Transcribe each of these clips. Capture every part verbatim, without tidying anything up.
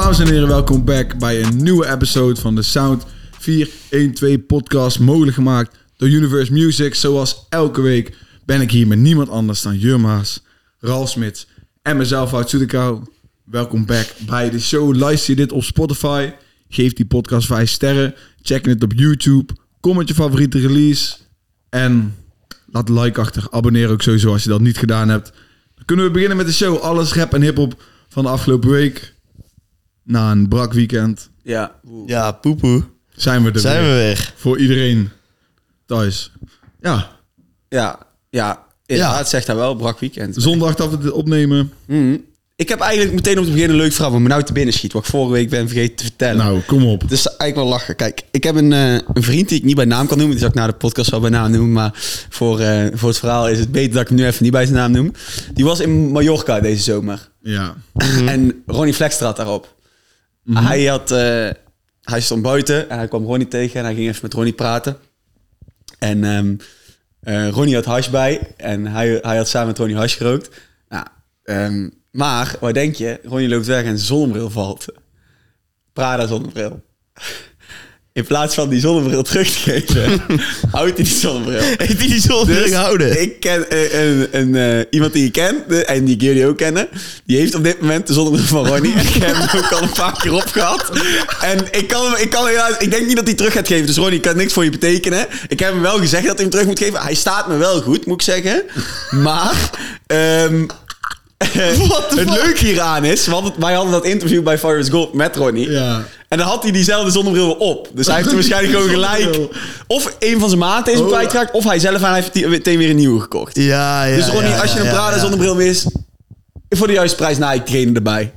Dames en heren, welkom back bij een nieuwe episode van de Sound vier een twee podcast, mogelijk gemaakt door Universe Music. Zoals elke week ben ik hier met niemand anders dan Jurma's, Ralf Smits en mezelf uit Soetekau. Welkom back bij de show. Luister je dit op Spotify, geef die podcast vijf sterren, check het op YouTube, kom met je favoriete release en laat een like achter. Abonneer ook sowieso als je dat niet gedaan hebt. Dan kunnen we beginnen met de show. Alles rap en hiphop van de afgelopen week. Na een brak weekend. Ja, ja poepoe. Zijn we er Zijn weer. we weer. Voor iedereen thuis. Ja. Ja, ja. Inderdaad, ja. Zegt hij wel, brak weekend. Zondag dat we het opnemen. Mm. Ik heb eigenlijk meteen om te beginnen een leuk verhaal wat me nou te binnen schiet. Wat ik vorige week ben vergeten te vertellen. Nou, kom op. Dus eigenlijk wel lachen. Kijk, ik heb een, uh, een vriend die ik niet bij naam kan noemen. Die zal ik na de podcast wel bij naam noemen. Maar voor, uh, voor het verhaal is het beter dat ik hem nu even niet bij zijn naam noem. Die was in Mallorca deze zomer. Ja. En Ronnie Flex trad daarop. Mm-hmm. Hij, had, uh, hij stond buiten en hij kwam Ronnie tegen. En hij ging even met Ronnie praten. En um, uh, Ronnie had hash bij. En hij, hij had samen met Ronnie hash gerookt. Nou, um, maar, wat denk je? Ronnie loopt weg en zijn zonnebril valt. Prada zonnebril. In plaats van die zonnebril terug te geven, houdt hij die zonnebril. Heeft hij die zonnebril dus gehouden? Ik ken uh, een, een, uh, iemand die je kent, uh, en die jullie ook kennen. Die heeft op dit moment de zonnebril van Ronnie. En ik heb hem ook al een paar keer opgehad. En ik kan hem, ik kan helaas, ik denk niet dat hij terug gaat geven. Dus Ronnie, ik kan niks voor je betekenen. Ik heb hem wel gezegd dat hij hem terug moet geven. Hij staat me wel goed, moet ik zeggen. Maar... Um, het leuke hieraan is, want wij hadden dat interview bij Fires Gold met Ronnie. Ja. En dan had hij diezelfde zonnebril op. Dus hij heeft er waarschijnlijk gewoon gelijk... Of een van zijn maten is hem oh, kwijtgeraakt, of hij zelf en hij heeft meteen weer een nieuwe gekocht. Ja, ja. Dus Ronnie, ja, als je een ja, Prada ja. zonnebril wist, voor de juiste prijs na ik degene erbij.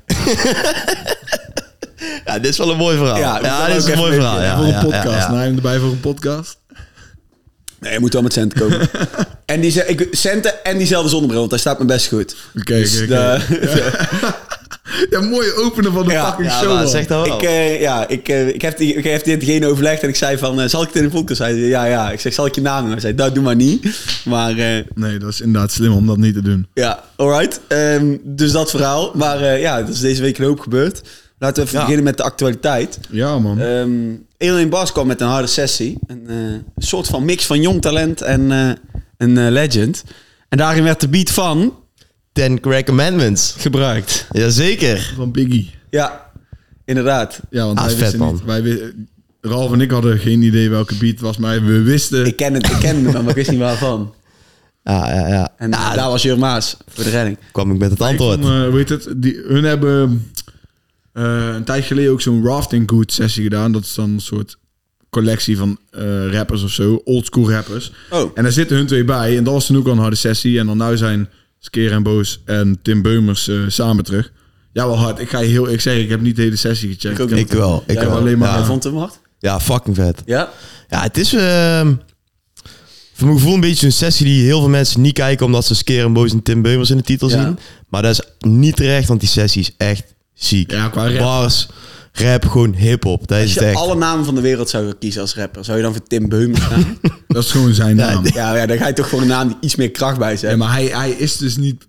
Ja, dit is wel een mooi verhaal. Ja, Ja, dit dit is een mooi verhaal. Ja, voor ja, een podcast. ja, ja. Nou, hem erbij voor een podcast. Nee, je moet wel met centen komen. En die ik, centen en diezelfde zonnebril, want hij staat me best goed. Oké, Dus oké, de- oké. Ja, mooie openen van de Ja, fucking Ja, show. maar man. zeg dat wel. Ik, uh, ja, ik, uh, ik heb die, ik heb diegene overlegd en ik zei van, uh, zal ik het in de podcast? Hij zei, ja, ja. Ik zeg, zal ik je naam noemen? Hij zei, dat doe maar niet. Maar uh, Nee, dat is inderdaad slim om dat niet te doen. ja, alright. Um, dus dat verhaal. Maar uh, ja, dat is deze week een hoop gebeurd. Laten we even Ja. beginnen met de actualiteit. Ja, man. Um, Alien Bars kwam met een harde sessie. Een uh, soort van mix van jong talent en uh, een uh, legend. En daarin werd de beat van... Ten Crack Commandments. gebruikt. Jazeker. Van Biggie. Ja, inderdaad. Ja, want Ah, wij vet, wisten man. niet... Wij, wi- Ralf en ik hadden geen idee welke beat het was, maar we wisten... Ik ken het, ik ken het, maar ik wist niet waarvan. Ja, ja, ja. En ja, daar was Jurgen Maas voor de redding. kwam ik met het Ik antwoord. vond, uh, hoe heet het? Die, hun hebben uh, een tijd geleden ook zo'n rafting good sessie gedaan. Dat is dan een soort collectie van uh, rappers of zo. Oldschool rappers. Oh. En daar zitten hun twee bij. En dat was toen ook al een harde sessie. En dan nu zijn Skeer en Boos en Tim Beumers uh, samen terug. Ja, wel hard. Ik ga je heel... Ik zeg, ik heb niet de hele sessie gecheckt. Ik ook heb Ik wel. Ik Jij wel. alleen maar- Hij Ja. vond hem hard? Ja, fucking vet. Ja? Ja, het is... Uh, voor mijn gevoel een beetje zo'n sessie die heel veel mensen niet kijken... omdat ze Skeer en Boos en Tim Beumers in de titel Ja. zien. Maar dat is niet terecht, want die sessie is echt ziek. Ja, qua rap. Bars, rap, gewoon hiphop. Dat Als is je het echt. alle namen van de wereld zou kiezen als rapper, zou je dan voor Tim Beumers gaan? Dat is gewoon zijn Ja, naam. ja, ja, dan ga je toch gewoon een naam die iets meer kracht bij zet. Ja, maar hij, hij is dus niet...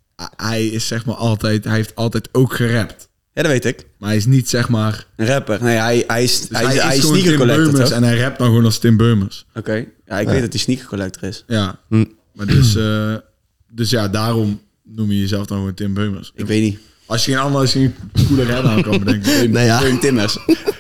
Hij is zeg maar altijd... Hij heeft altijd ook gerapt. Ja, dat weet ik. Maar hij is niet zeg maar... Een rapper. Nee, hij, hij is, Dus hij, is, hij is gewoon sneaker Tim collector, Beumers toch? en hij rapt dan gewoon als Tim Beumers. Oké. Ja, ik weet dat hij sneaker collector is. Ja. Hm. Maar dus... Uh, dus ja, daarom noem je jezelf dan gewoon Tim Beumers. Ik weet niet. Als je geen andere... Als je geen coole rap aan kan bedenken. weet ik Nee, ja. Teun Timmers.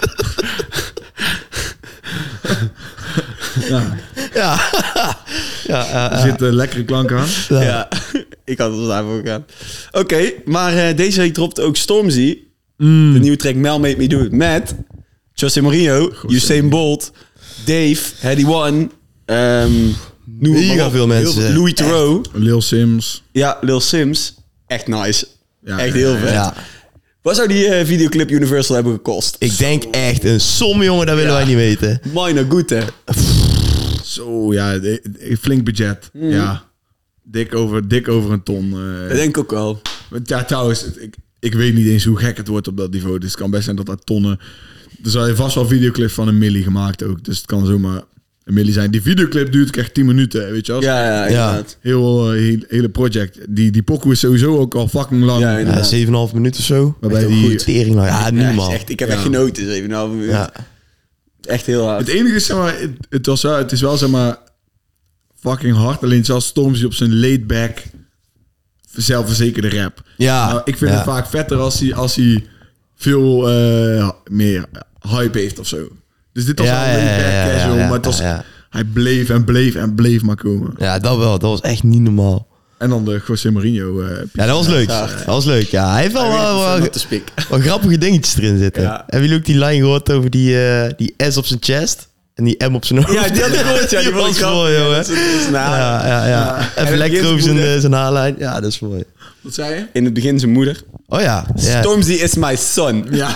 niet. Ja. Ja. ja, ja, Er zit uh, lekkere klank aan. ja. Ja, ik had het daarvoor gaan. Oké, okay, maar uh, deze week dropt ook Stormzy. Mm. De nieuwe track Mel Made Me Do It. Met Jose Mourinho, Usain Bolt, Dave, Heady One. Um, noem Mega maar op. veel mensen. Heel- Louis Theroux. Lil Sims. Ja, Lil Sims. Echt nice. Ja, Echt ja, heel ja, vet. Ja. Wat zou die uh, videoclip Universal hebben gekost? Ik denk echt een som, jongen, dat willen Ja. wij niet weten. Minor goed, hè? Zo, ja. de- de- Flink budget. Mm. Ja. Dik over, dik over een ton. Uh, Dat denk ik ook wel. Ja, trouwens, het- ik, ik weet niet eens hoe gek het wordt op dat niveau. Dus het kan best zijn dat dat tonnen... Er zijn vast wel videoclips van een milli gemaakt ook. Dus het kan zomaar een milli zijn. Die videoclip duurt ook echt tien minuten, weet je wel. Ja, ja, inderdaad. Heel, uh, heel, hele project. Die, die pokoe is sowieso ook al fucking lang. Ja, Ja, inderdaad. zeven komma vijf minuten of zo. Waarbij Echt die- goed. Tering lang. Ja, niet Ja, normaal. is echt, ik heb Ja. echt genoten, zeven en een half uur. Ja. Echt heel hard. Het enige is, zeg maar, het, het, was wel, het is wel, zeg maar, fucking hard. Alleen zoals Stormzy op zijn laid-back, zelfverzekerde rap. Ja. Nou, ik vind Ja. het vaak vetter als hij, als hij veel uh, meer hype heeft of zo. Dus dit was Ja, wel ja, laid-back ja, ja, casual, ja, ja, maar het was, ja. hij bleef en bleef en bleef maar komen. Ja, dat wel. Dat was echt niet normaal. En dan de José Mourinho. Uh, Ja, dat was leuk. Ja. Dat was leuk, ja. Hij heeft wel, Hij weet wel, het wel, not te spik. wel grappige dingetjes erin zitten. Ja. Hebben jullie ook die lijn gehoord over die, uh, die S op zijn chest? En die M op zijn hoofd? Ja, die had ik gehoord, ja. Die was vond ik mooi, grappig. jongen. Ja, dat is- dat is een haar. Ja, ja, ja. En Even in het lekker begin over zijn zijn, moeder. uh, zijn haarlijn. Ja, dat is mooi. Wat zei je? In het begin zijn moeder. Oh ja, ja Stormzy is my son. Ja.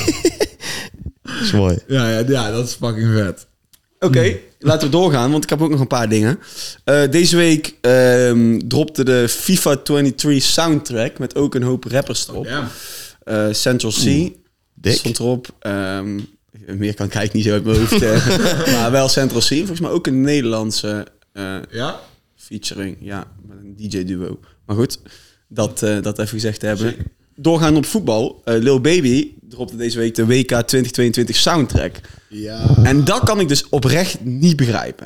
dat is mooi. ja, ja, ja, dat is fucking vet. Oké, laten we doorgaan, want ik heb ook nog een paar dingen. Uh, deze week um, dropte de FIFA drieëntwintig soundtrack met ook een hoop rappers erop. Ja. Uh, Central C dik. stond erop. Um, meer kan ik eigenlijk niet zo uit mijn hoofd. uh, maar wel Central C. Volgens mij ook een Nederlandse uh, Ja? featuring. Ja, met een D J-duo. Maar goed, dat, uh, dat even gezegd te hebben. Doorgaan op voetbal. Uh, Lil Baby dropte deze week de W K twintig tweeëntwintig soundtrack. Ja. En dat kan ik dus oprecht niet begrijpen.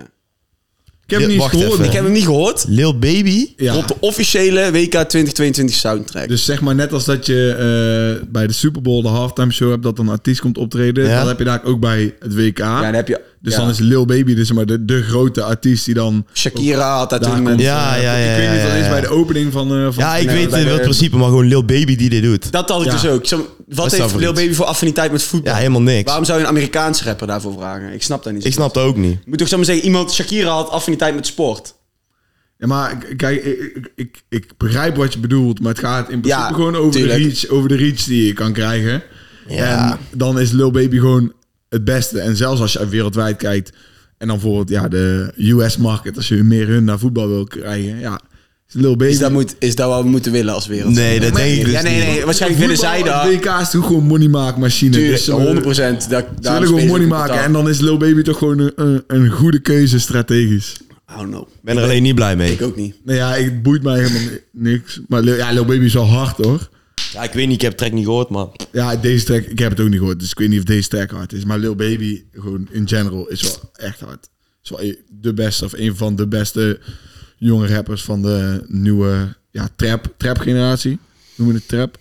Ik heb hem niet Wacht gehoord. even. Ik heb hem niet gehoord. Lil Baby? Ja. Op de officiële W K twintig tweeëntwintig soundtrack. Dus zeg maar net als dat je uh, bij de Super Bowl de halftime show hebt dat een artiest komt optreden. Ja. Dat heb je daar ook bij het W K. ja, dan heb je... Dus ja. dan is Lil Baby dus zeg maar de, de grote artiest die dan... Shakira had dat daar toen komt, met... Ja, uh, ja, ja, Ik weet niet of dat ja, is ja. bij de opening van... Uh, van Ja, ik Nee, weet bij het de- wel principe, maar gewoon Lil Baby die dit doet. Dat had ik Ja. dus ook. Zo, wat is heeft dat voor Lil iets? Baby voor affiniteit met voetbal? Ja, helemaal niks. Waarom zou je een Amerikaanse rapper daarvoor vragen? Ik snap dat niet. zo Ik snap dat ook niet. goed. Je moet toch zo maar zeggen, iemand... Shakira had affiniteit met sport. Ja, maar k- kijk, ik, ik, ik, ik begrijp wat je bedoelt, maar het gaat in principe Ja, gewoon over de, tuurlijk. reach, over de reach die je kan krijgen. Ja. En dan is Lil Baby gewoon het beste. En zelfs als je wereldwijd kijkt en dan bijvoorbeeld ja, de U S-market, als je meer hun naar voetbal wil krijgen, ja, is Lil Baby... Is dat, moet, is dat wat we moeten willen als wereld? Nee, dat denk ik dus Ja, nee, nee. niet. Waarschijnlijk willen zij Voetbal, dat. het W K is toch gewoon money maakmachine. Tuurlijk, Dus ze- honderd procent. Dat, Ze daarom willen gewoon spelen money ze maken totaal. en dan is Lil Baby toch gewoon een, een, een goede keuze strategisch. I don't know. Ik ben er alleen niet blij mee. Ik ook niet. Nou ja, het boeit mij helemaal ni- niks. Maar Lil- ja, Lil Baby is wel hard hoor. Ja, ik weet niet, ik heb het track niet gehoord, maar... Ja, deze track, ik heb het ook niet gehoord, dus ik weet niet of deze track hard is. Maar Lil Baby, gewoon in general, is wel echt hard. Is wel e- de beste, of een van de beste jonge rappers van de nieuwe ja, trap, trap generatie. Noemen we het trap?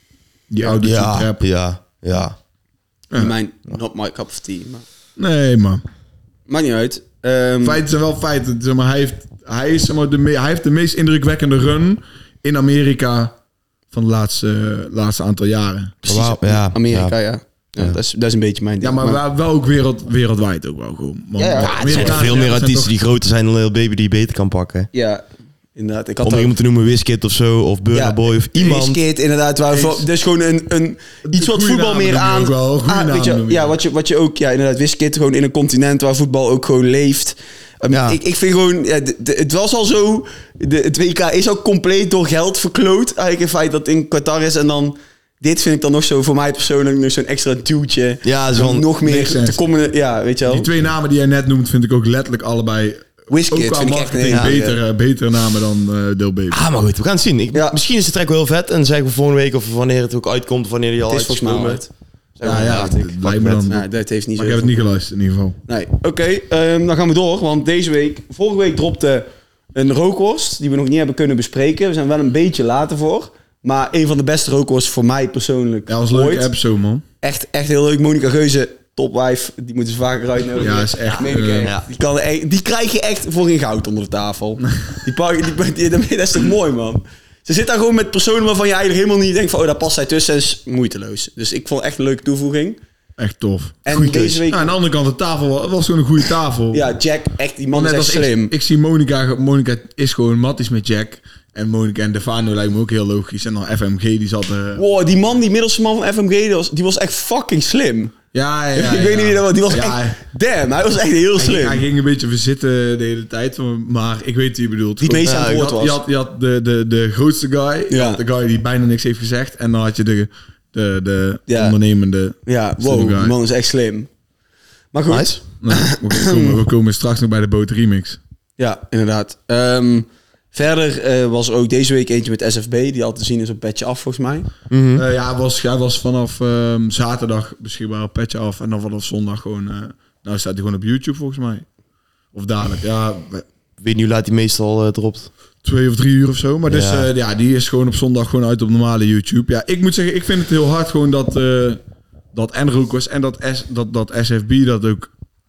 Die oude Ja, trap. ja, ja. Ja. In mijn not my cup of tea. Maar Nee, man. maakt niet uit. Ehm, Feiten zijn wel feiten. Zeg maar, hij, heeft, hij, is, zeg maar, de me- hij heeft de meest indrukwekkende run in Amerika van de laatste, laatste aantal jaren. precies. Wauw, ja, Amerika, ja. ja. ja. Dat, is, dat is een beetje mijn Ja, ding. maar wel, wel ook wereld, wereldwijd ook wel gewoon. Want Ja, ja. Ja, er zijn toch veel meer artiesten die groter zijn dan Lil Baby die je beter kan pakken. Ja, inderdaad. Ik had Om ook- iemand te noemen, Wizkid of zo, of Burna Boy, of iemand. Wizkid, inderdaad. Waar we, Eens. dus gewoon een, een, iets wat goede voetbal namen meer noem je aan... ook wel, goede Ah, weet namen je, noem je ja, wel. wat je, wat je ook... Ja, inderdaad, Wizkid gewoon in een continent waar voetbal ook gewoon leeft. Um, Ja. ik, ik vind gewoon... Ja, de- de- het was al zo... De, het W K is al compleet door geld verkloot. Eigenlijk het feit dat het in Qatar is en dan... Dit vind ik dan nog zo voor mij persoonlijk nog zo'n extra duwtje. Ja, om zo'n- nog meer makes sense. te komen. Ja, weet je wel. Die twee namen die jij net noemt, vind ik ook letterlijk allebei Wizkid ook qua vind ik echt een marketing hele- beter, eh, betere namen dan eh Lil Baby. Ah, maar goed, we gaan het zien. Ik, Ja. Misschien is de track wel heel vet en dan zeggen we volgende week of wanneer het ook uitkomt, of wanneer die al Het is volgens mij al uitgekomen. uit. Ja, ja, ik. het lijkt me dan. Nou, dat heeft niet Maar zo ik heb het niet geluisterd in ieder geval. Nee, oké. ehm, dan gaan we door. Want deze week, vorige week dropte een rookworst die we nog niet hebben kunnen bespreken. We zijn wel een beetje later voor. Maar een van de beste rookworsten voor mij persoonlijk Ja, was een ooit. leuke episode, man. Echt, echt heel leuk. Monica Geuze, topwijf. Die moeten ze vaker uitnodigen. Ja, is echt, meen ik, eh, hè. ja. Die, kan, echt- die krijg je echt voor geen goud onder de tafel. die pak, die, die, die- dat is toch mooi, man. Ze zit daar gewoon met personen waarvan je eigenlijk helemaal niet denkt van... oh, daar past zij tussen en is moeiteloos. Dus ik vond het echt een leuke toevoeging. Echt tof. En Goeie deze keuze. week- Ja, aan de andere kant, de tafel was, was gewoon een goede tafel. Ja, Jack, echt, die man Net is echt als ik, slim. ik zie Monica, Monica is gewoon matties met Jack. En Monica en Defano lijkt me ook heel logisch. En dan F M G, die zat er... Wow, die man, die middelste man van F M G, die was, die was echt fucking slim. Ja, ja, ik weet ja. niet wie dat was. Die was Ja, echt... Damn, hij was echt heel Hij, slim. hij ging een beetje verzitten de hele tijd. Maar ik weet wie je bedoelt. Die het meest Ja, aan het je woord had- was. Je had, je had de, de, de grootste guy. Je Ja. had de guy die bijna niks heeft gezegd. En dan had je de, de, de Ja. ondernemende Ja, slimme wow, guy. die man is echt slim. Maar goed. Nice. Nou, we, komen, we komen straks nog bij de Boot remix. Ja, inderdaad. Um, verder uh, was er ook deze week eentje met S F B, die al te zien is op Petje Af, volgens mij. Mm-hmm. Uh, ja, hij was, hij was vanaf um, zaterdag beschikbaar op Petje Af. En dan vanaf zondag gewoon... Uh, nou staat hij gewoon op YouTube, volgens mij. Of dadelijk, ja... We, Ik weet niet hoe laat hij meestal uh, dropt. Twee of drie uur of zo. Maar dus, Ja. uh, ja, die is gewoon op zondag gewoon uit op normale YouTube. Ja, ik moet zeggen, ik vind het heel hard gewoon dat... Uh, dat Enrokers en dat, S, dat, dat S F B dat ook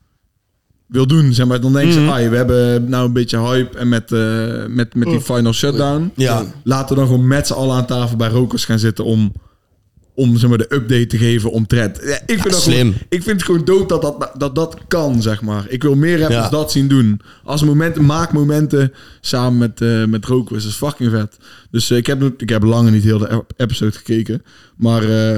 wil doen. Zeg maar, dan denk je, Mhm. ah, we hebben nou een beetje hype en met, uh, met, met die final shutdown. Ja. Laten we dan gewoon met z'n allen aan tafel bij Rokers gaan zitten om, om zeg maar, de update te geven omtrent. Ja, ik, vind Ja, dat slim. Gewoon, ik vind het gewoon dood dat dat, dat dat kan, zeg maar. Ik wil meer rappers Ja. dat zien doen. Als momenten, maak momenten samen met, uh, met Rokers. Dat is fucking vet. Dus uh, ik, heb, ik heb lang niet heel de episode gekeken. Maar uh,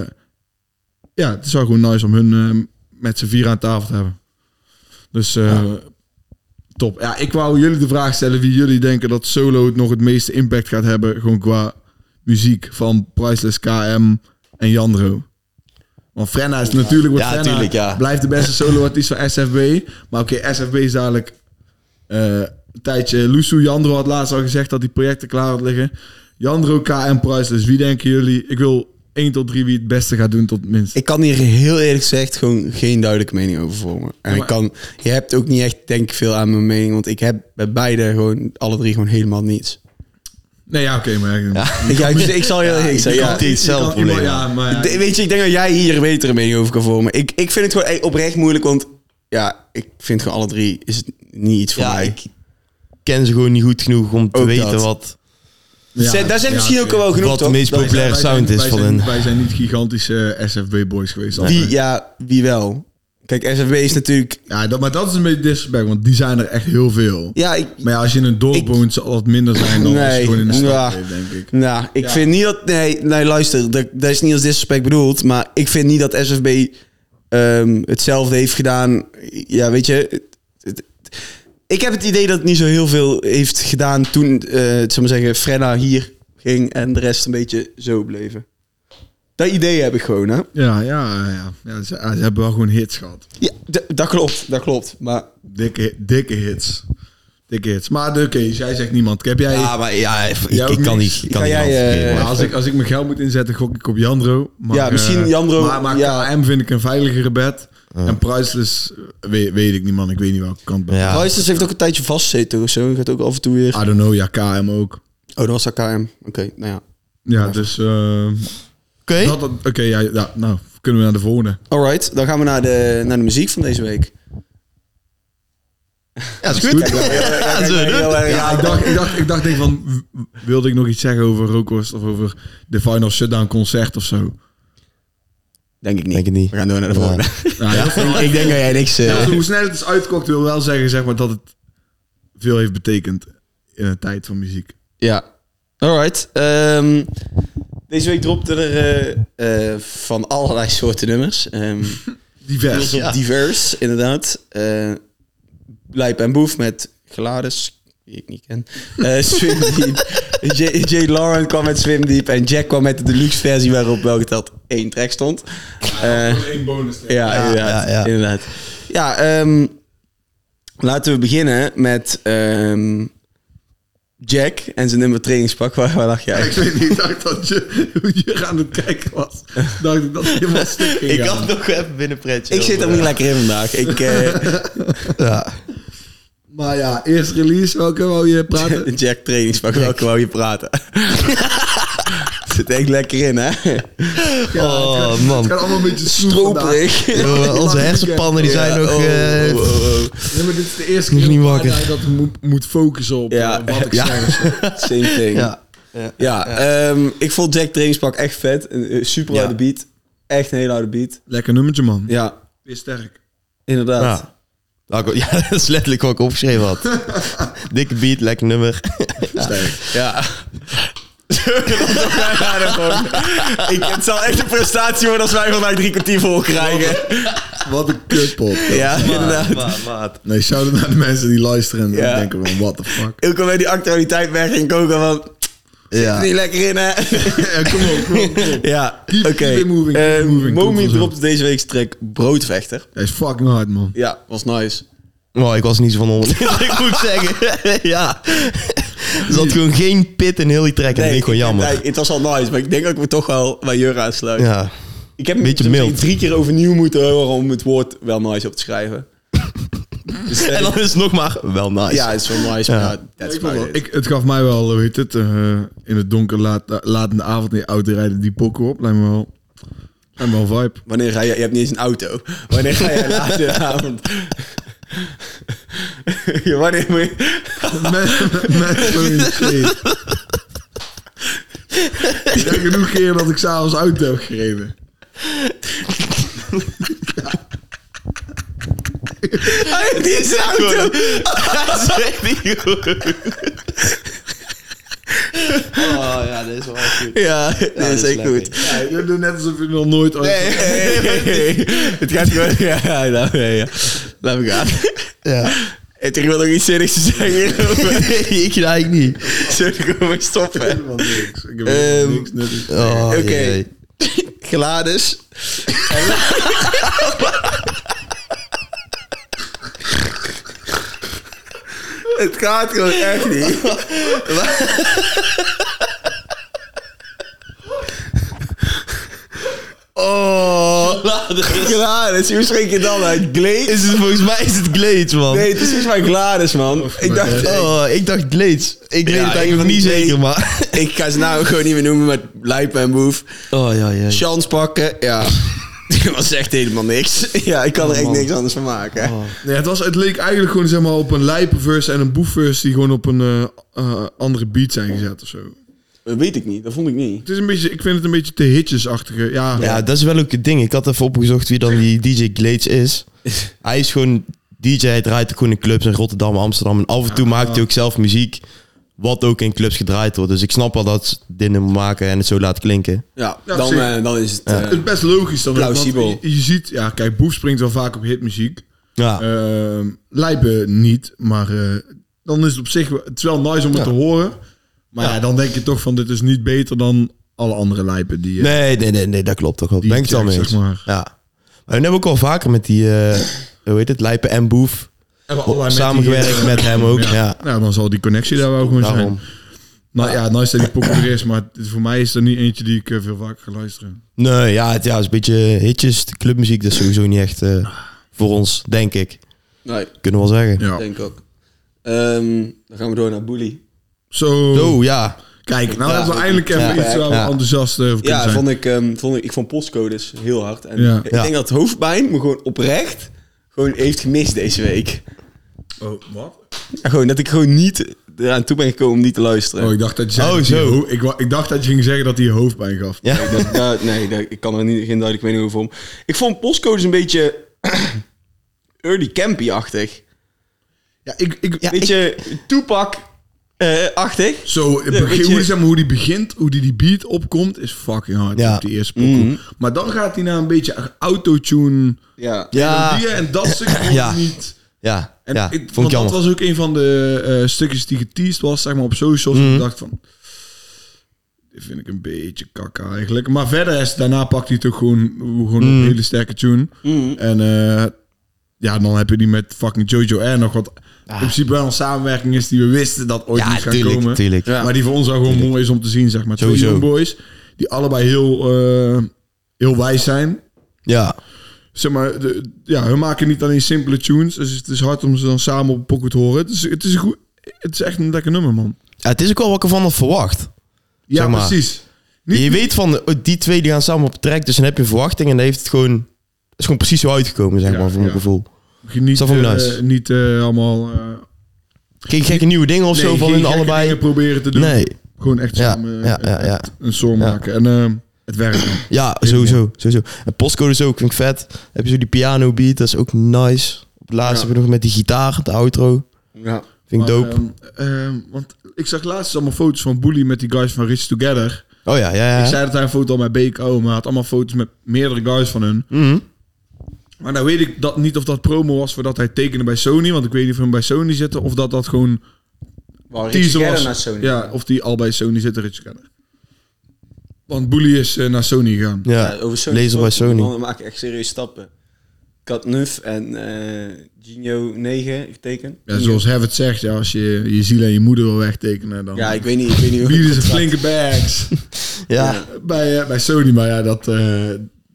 ja, het is wel gewoon nice om hun uh, met z'n vier aan tafel te hebben. Dus uh, ja. top. Ja, ik wou jullie de vraag stellen wie jullie denken dat solo het nog het meeste impact gaat hebben. Gewoon qua muziek van Priceless, K M en Jandro. Want Frenna is natuurlijk wat Ja, Frenna tuurlijk, ja. blijft de beste solo-artiest van S F B. Maar oké, okay, S F B is dadelijk uh, een tijdje... Lusu Jandro had laatst al gezegd dat die projecten klaar had liggen. Jandro, K M, Priceless. Wie denken jullie? Ik wil één tot drie wie het beste gaat doen tot het minst. Ik kan hier heel eerlijk gezegd gewoon geen duidelijke mening over vormen. En Ja, ik kan, je hebt ook niet echt, denk ik, veel aan mijn mening. Want ik heb bij beide gewoon, alle drie gewoon helemaal niets. Nee, ja, oké, maar... Ja. Ja, dus ik zal je... Ja, ik zal, je ja, kan- hetzelfde je kan- probleem. Ja, maar ja, De- weet je, ik denk dat jij hier een betere mening over kan vormen. Ik, ik vind het gewoon eh, oprecht moeilijk, want ja, ik vind gewoon alle drie is het niet iets voor Ja, mij. ik ken ze gewoon niet goed genoeg om te Ook weten dat. wat, ja, Zet- daar zit ja, misschien oké. ook wel genoeg, wat de toch? meest Dat- populaire Wij sound zijn- is wij van zijn, hen. Wij zijn niet gigantische S F B-boys geweest. Wie, altijd. ja, wie wel? Kijk, S F B is natuurlijk... Ja, dat, maar dat is een beetje disrespect, want die zijn er echt heel veel. Ja, ik, Maar ja, als je in een dorp Ik- woont, zal het minder zijn dan als je Nee, gewoon in de stad ja. leeft, denk ik. Nou, ik Ja. vind niet dat... Nee, nee luister, dat, dat is niet als disrespect bedoeld. Maar ik vind niet dat S F B um, hetzelfde heeft gedaan. Ja, weet je... Het, het, ik heb het idee dat het niet zo heel veel heeft gedaan toen, uh, zal maar zeggen, Frenna hier ging en de rest een beetje zo bleven. Dat idee heb ik gewoon, hè? Ja, ja, ja. ja ze, ze hebben wel gewoon hits gehad. Ja, d- dat klopt, dat klopt. Maar Dikke, dikke hits. Dikke hits. Maar oké, okay, jij zegt niemand. Heb jij... Ja, maar ja, ik, Jij ook ik kan niks? niet. Ik kan Kan niet jij, afgeven, eh, maar maar- als ik, als ik mijn geld moet inzetten, gok ik op Jandro. Maar, Ja, misschien eh, Jandro, Maar, maar ja. K M vind ik een veiligere bed. En Priceless eh, weet, weet ik niet, man. Ik weet niet welke kant. Ja. Royces heeft ook een tijdje vastgezeten of zo. Gaat ook af en toe weer... I don't know, ja, K M ook. Oh, dat was A K M. Oké, nou ja. Ja, dus... eh, Oké. dat- dat- Oké, ja, ja, nou, kunnen we naar de volgende. Alright, dan gaan we naar de, naar de muziek van deze week. Ja, is goed. Ja, Ja, zo, hè? Ja, ik dacht, ik dacht, ik dacht denk van, w- wilde ik nog iets zeggen over Rookworst of over de Final Shutdown concert of zo? Denk ik niet. Denk het niet. We gaan door naar de volgende. Ja, heel veel- ik denk dat jij niks... eh, Ja, hoe snel het is uitgekocht wil wel zeggen zeg maar, dat het veel heeft betekend in een tijd van muziek. Ja. Alright. Ehm, deze week dropte er eh, eh, van allerlei soorten nummers. Ehm, Divers. Ja. Divers, inderdaad. Uh, Lijp en Boef met Gelades, die ik niet ken. Uh, Swim Deep. J. J. Lauren kwam met Swim Deep. En Jack kwam met de deluxe versie waarop wel geteld één track stond. Uh, Eén bonus. ja, Ja, inderdaad. ja, ja. inderdaad. Ja, um, laten we beginnen met um, Jack en zijn nummer trainingspak. Waar, waar lag jij? Ik weet niet, ik dacht dat je, hoe je aan het kijken was. Dacht ik dat het helemaal stuk ging Ik gaan. had nog even binnen pretje. Ik zit er niet lekker in vandaag. Ik, uh, Ja. Maar ja, eerst release, welke wou je praten? Jack trainingspak, welke wou je praten? Zit echt lekker in, hè? Oh, Het man. gaat allemaal een beetje stroop Stroperig. Uh, onze hersenpannen die zijn Ja, nog... oh, eh, oh, oh, oh. Ja, maar dit is de eerste Nog keer niet dat wakker. hij dat moet, moet focussen op Ja. eh, wat ik Ja. zeg. Same thing. Ja, Ja. Ja. ehm, ik vond Jack trainingspak echt vet. Een eh, super Ja. harde beat. Echt een hele harde beat. Lekker nummertje, man. Ja, Weer sterk. inderdaad. Ja. Nou, ik- ja, dat is letterlijk wat ik opgeschreven had. Dikke beat, lekker nummer. Sterk. Ja. ik, het zal echt een prestatie worden als wij vandaag drie kwartier vol krijgen. Wat een kutpot. Ja, inderdaad. Maat, maat. Nee, shout-out naar de mensen die luisteren en Ja. denken van, what the fuck. Ook al bij die actualiteit weg ging ik ook al van... Zit Ja. er niet lekker in, hè? Ja, kom op, kom op, kom op. Ja, Keep- oké. keep it moving, keep it Eh, moving. Komt Momi wel zo. dropte deze week track Broodvechter. Hij is fucking hard, man. Ja, was nice. Oh, ik was niet zo van onder de indruk, moet ik zeggen. Ja. Er zat gewoon geen pit in heel die track. En dat vind ik gewoon jammer. Nee, het was al nice, maar ik denk dat ik me toch wel bij Jur aansluit. Ja. Ik heb hem Beetje zo'n mild. beetje drie keer overnieuw moeten horen om het woord wel nice op te schrijven. Dus, eh, En dan is het nog maar wel nice. ja, het is wel nice, Ja. maar ja, that's Ik vond wel- about it. ik, het gaf mij wel, hoe heet het, eh, in het donker laat, laat in de avond in je auto rijden die pokken op. Lijkt me wel, lijkt me wel vibe. Wanneer ga je... Je hebt niet eens een auto. Wanneer ga jij laat in de avond... Ja, wanneer moet je... Met, met zo'n shit. Ik heb genoeg keer dat ik s'avonds auto heb gereden. Hij heeft niet eens een auto! Dat is echt niet goed. Oh ja, dit is wel goed. Ja, dat is is echt lekker. goed. Ja, je doet net alsof je nog nooit... Nee, nee, nee. Het gaat gewoon... Ja, ja, nee, ja. Laat me gaan. Ja. En ik wil nog iets zinnigs te zeggen hierover. Nee, ik eigenlijk niet. Zullen we gewoon maar stoppen? Helemaal niks. Ik heb Ehm, helemaal niks nuttigs. Oh, Oké. jee. Gladys. Het gaat gewoon echt niet. Oh. Gladys, hoe spreek je dan uit? Glades? Is het, volgens mij is het Glades, man. Nee, het is volgens mij Gladys, man. Ik dacht, Oh, ik dacht Glades. Ik weet Ja, het een eigenlijk van nog niet die twee. zeker, maar... ik ga ze nou gewoon niet meer noemen met Lijpen en Boef. Oh, ja, ja. Chance pakken, ja. Dat was echt helemaal niks. Ja, ik kan er echt man. niks anders van maken. Oh. Nee, het, was, het leek eigenlijk gewoon zeg maar, op een lijpenverse en een boefverse die gewoon op een eh, eh, andere beat zijn gezet of zo. Dat weet ik niet, dat vond ik niet. Het is een beetje, ik vind het een beetje te hitjesachtige. Ja, Ja, dat is wel ook het ding. Ik had even opgezocht wie dan die D J Glades is. Hij is gewoon D J, hij draait ook gewoon in clubs in Rotterdam, Amsterdam. En af en toe Ja. maakt hij ook zelf muziek, wat ook in clubs gedraaid wordt. Dus ik snap wel dat ze dingen maken en het zo laat klinken. Ja, Ja, dan, zeker. eh, dan is het... Ja. eh, het is best logisch dan ook, want Plausibel. Je, je ziet, ja, kijk, Boef springt wel vaak op hitmuziek. Ja, Ehm Lijpen niet, maar eh, dan is het op zich, wel- het is wel nice om het Ja. te horen. Maar ja. dan denk je toch van, dit is niet beter dan alle andere Lijpen die... eh, nee, nee, nee, nee, dat klopt. Dat klopt. Die Ben ik het wel mee check, eens. zeg maar. Ja. Maar we hebben ook al vaker met die, eh, hoe heet het, Lijpen en Boef hebben allerlei met samengewerkt die, eh, met hem ook. Ja, Nou, dan zal die connectie daar wel gewoon zijn. daarom. Nou ja, nice dat die pokken er is, maar het- voor mij is er niet eentje die ik eh, veel vaker ga luisteren. Nee, ja, het, ja, het is een beetje hitjes, de clubmuziek, dat is sowieso niet echt eh, voor ons, denk ik. nee, Kunnen we wel zeggen. Ja. denk ik ook. Ehm, dan gaan we door naar Bully. Zo, Zo, ja. kijk, nou Ja, hebben we eindelijk even ja, iets waar we ja. enthousiast over kunnen Ja, zijn. vond ik, ehm, vond ik, ik vond postcodes heel hard. En Ja. ik Ja. denk dat hoofdpijn me gewoon oprecht gewoon heeft gemist deze week. Oh, wat? Ja, gewoon dat ik gewoon niet eraan toe ben gekomen om niet te luisteren. Oh, ik dacht dat je zei Oh, dat hij zo. ho- ik, wa- ik dacht dat je ging zeggen dat hij hoofdpijn gaf. Ja. Nee, dat, dat- nee dat- ik kan er niet, geen duidelijk mening over om. Ik vond postcodes een beetje early campy-achtig. Ja, ik, ik, Ja, Beetje Tupac-achtig. Zo, het Ja, begin, weet je- hoe, die, zeg maar, hoe die begint, hoe die die beat opkomt, is fucking hard Ja. op die eerste pokoe. Mhm. Maar dan gaat hij naar een beetje autotune. Ja. Ja, melodieën en dat stuk vond ik Ja. niet. ja, En ja. ik, Vond want ik dat jammer. was ook een van de eh, stukjes die geteased was, zeg maar, op socials. En Mhm. ik dacht van, dit vind ik een beetje kakka eigenlijk. Maar verder is, daarna pakt hij het ook gewoon, gewoon Mhm. een hele sterke tune. Mhm. En eh, ja, dan heb je die met fucking Jojo R nog, wat in principe wel een samenwerking is die we wisten dat ooit Ja, moest gaan tuurlijk, komen. tuurlijk. Ja. Maar die voor ons wel gewoon mooi is om te zien, zeg maar. Twee Sowieso. young boys, die allebei heel, eh, heel wijs zijn. Ja, Zeg maar, de, ja, hun maken niet alleen simpele tunes. Dus het is hard om ze dan samen op een pocket te horen. Het is, het is, een goed, het is echt een lekker nummer, man. Ja, het is ook wel wat ik ervan had verwacht. Ja, Zeg maar. precies. Niet, Je weet van, oh, die twee die gaan samen op track, dus dan heb je een verwachting en dan heeft het gewoon, het is gewoon precies zo uitgekomen, zeg Ja, maar, voor mijn ja. gevoel. niet, Dat vond ik eh, nice. niet eh, allemaal... eh, Geen gekke nieuwe dingen of nee, zo van geen hun gekke allebei. dingen proberen te doen. Nee, Gewoon echt Ja, samen ja, eh, ja, ja. een song Ja. maken. En eh, het werkt. dan. ja, sowieso, sowieso. En postcode is ook, vind ik vet. Heb je zo die piano beat, dat is ook nice. Op het laatste Ja. hebben we nog met die gitaar, de outro. Ja. Vind ik Maar, dope. ehm, ehm, want ik zag laatst allemaal foto's van Bully met die guys van Rich Together. Oh ja, ja, ja. Ik zei dat hij een foto al bij B K O, maar hij had allemaal foto's met meerdere guys van hun. Mhm. Maar nou weet ik dat niet of dat promo was voordat hij tekende bij Sony. Want ik weet niet of hij bij Sony zitten. Of dat dat gewoon Waar teaser Rich was. Together naar Sony. Ja, of die al bij Sony zitten, Rich Together. Want Bully is uh, naar Sony gegaan. Ja, Ja, over Sony lezer bij gesproken, Sony. We maken echt serieus stappen. Ik had Nuf en uh, Gino negen getekend. Ja, zoals Herbert zegt, ja, als je je ziel en je moeder wil wegtekenen, dan Ja, ik weet niet. Ik weet niet hoe bieden ze het flinke bags Ja. Ja. bij, uh, bij Sony. Maar ja, dat... Uh,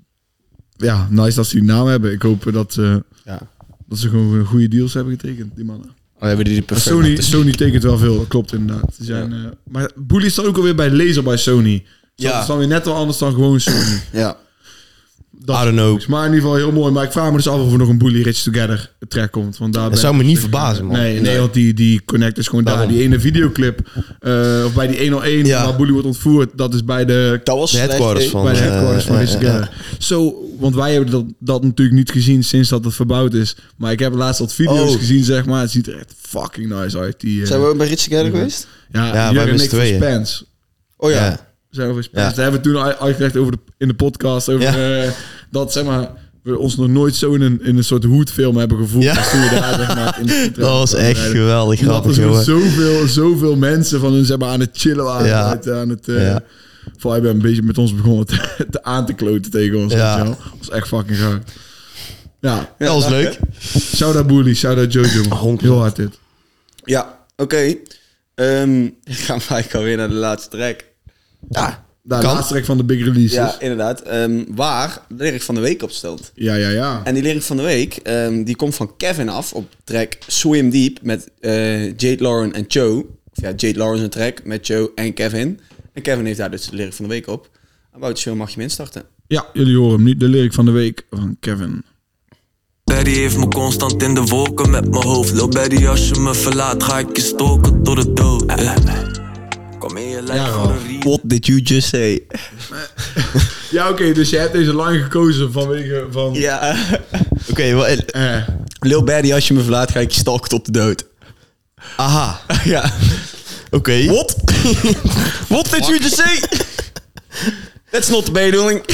ja, nice dat ze die naam hebben. Ik hoop dat, uh, Ja. dat ze gewoon goede deals hebben getekend, die mannen. Oh, hebben die Maar perfect. Sony, Sony tekent wel veel, dat klopt inderdaad. Die zijn, Ja. uh, maar Bully staat ook alweer bij Laser bij Sony. Ja. Dat is dan weer net wel anders dan gewoon Sony. Ja. Dat I don't know. Maar in ieder geval heel mooi. Maar ik vraag me dus af of er nog een Bully Rich Together track komt. Want daar Dat ben zou ik me op niet zich, verbazen, man. Nee, nee, Nee. want die, die connect is gewoon daar. Daarom. Die ene videoclip, uh, of bij die honderdéén, Ja. waar Bully wordt ontvoerd, dat is bij de, Dat was De slecht, headquarters hè? van... bij de eh, headquarters van eh, Rich eh, Together. Zo, want wij hebben dat, dat natuurlijk niet gezien sinds dat het verbouwd is. Maar ik heb laatst wat video's Oh. gezien, zeg maar. Het ziet er echt fucking nice uit. Die, uh, Zijn we ook bij Rich Together geweest? ja, Ja, Jurgen wij en met ik z'n van tweeën. Spans. Oh ja. Ja. Zijn over Spans. Ja. Daar hebben we toen u- uitgelegd over de, in de podcast. Over Ja. uh, dat, zeg maar, we ons nog nooit zo in een, in een soort hoedfilm hebben gevoeld. Ja. Als toen we daar, zeg maar, in de Dat was echt geweldig Dat er grappig, zo, jongen. zoveel, zoveel mensen van hun, zeg maar, aan het chillen waren. Ja. Uit, aan het, uh, Ja. Vooral hebben een beetje met ons begonnen te, te aan te kloten tegen ons. Ja. weet je wel. Dat was echt fucking gaaf. Ja, Dat was leuk. shout-out Bully, shout-out Jojo. honderd Heel hard dit. Ja, oké. Ehm, ik ga gelijk alweer naar de laatste track. Ja, Daar, de Kan. laatste track van de big releases. Ja, inderdaad. Ehm, waar de lyric van de week op stelt. Ja, ja, ja. En die lyric van de week, ehm, die komt van Kevin af op track Swim Deep met eh, Jade Lauren en Joe. Of ja, Jade Lauren een track met Joe en Kevin. En Kevin heeft daar dus de lyric van de week op. En Wouter Show mag je hem instarten. Ja, jullie horen hem niet. De lyric van de week van Kevin. Daddy heeft me constant in de wolken met mijn hoofd. Lil Daddy, als je me verlaat, ga ik je stalken tot de dood. eh. Kom in je lijf Ja, voor Ralf. een re- What did you just say? Ja, oké, dus je hebt deze line gekozen vanwege van... Ja. Oké, wel- Eh, Lil Daddy, als je me verlaat, ga ik je stalken tot de dood. aha. Ja. Oké. What? What did you just say? That's not the bedoeling.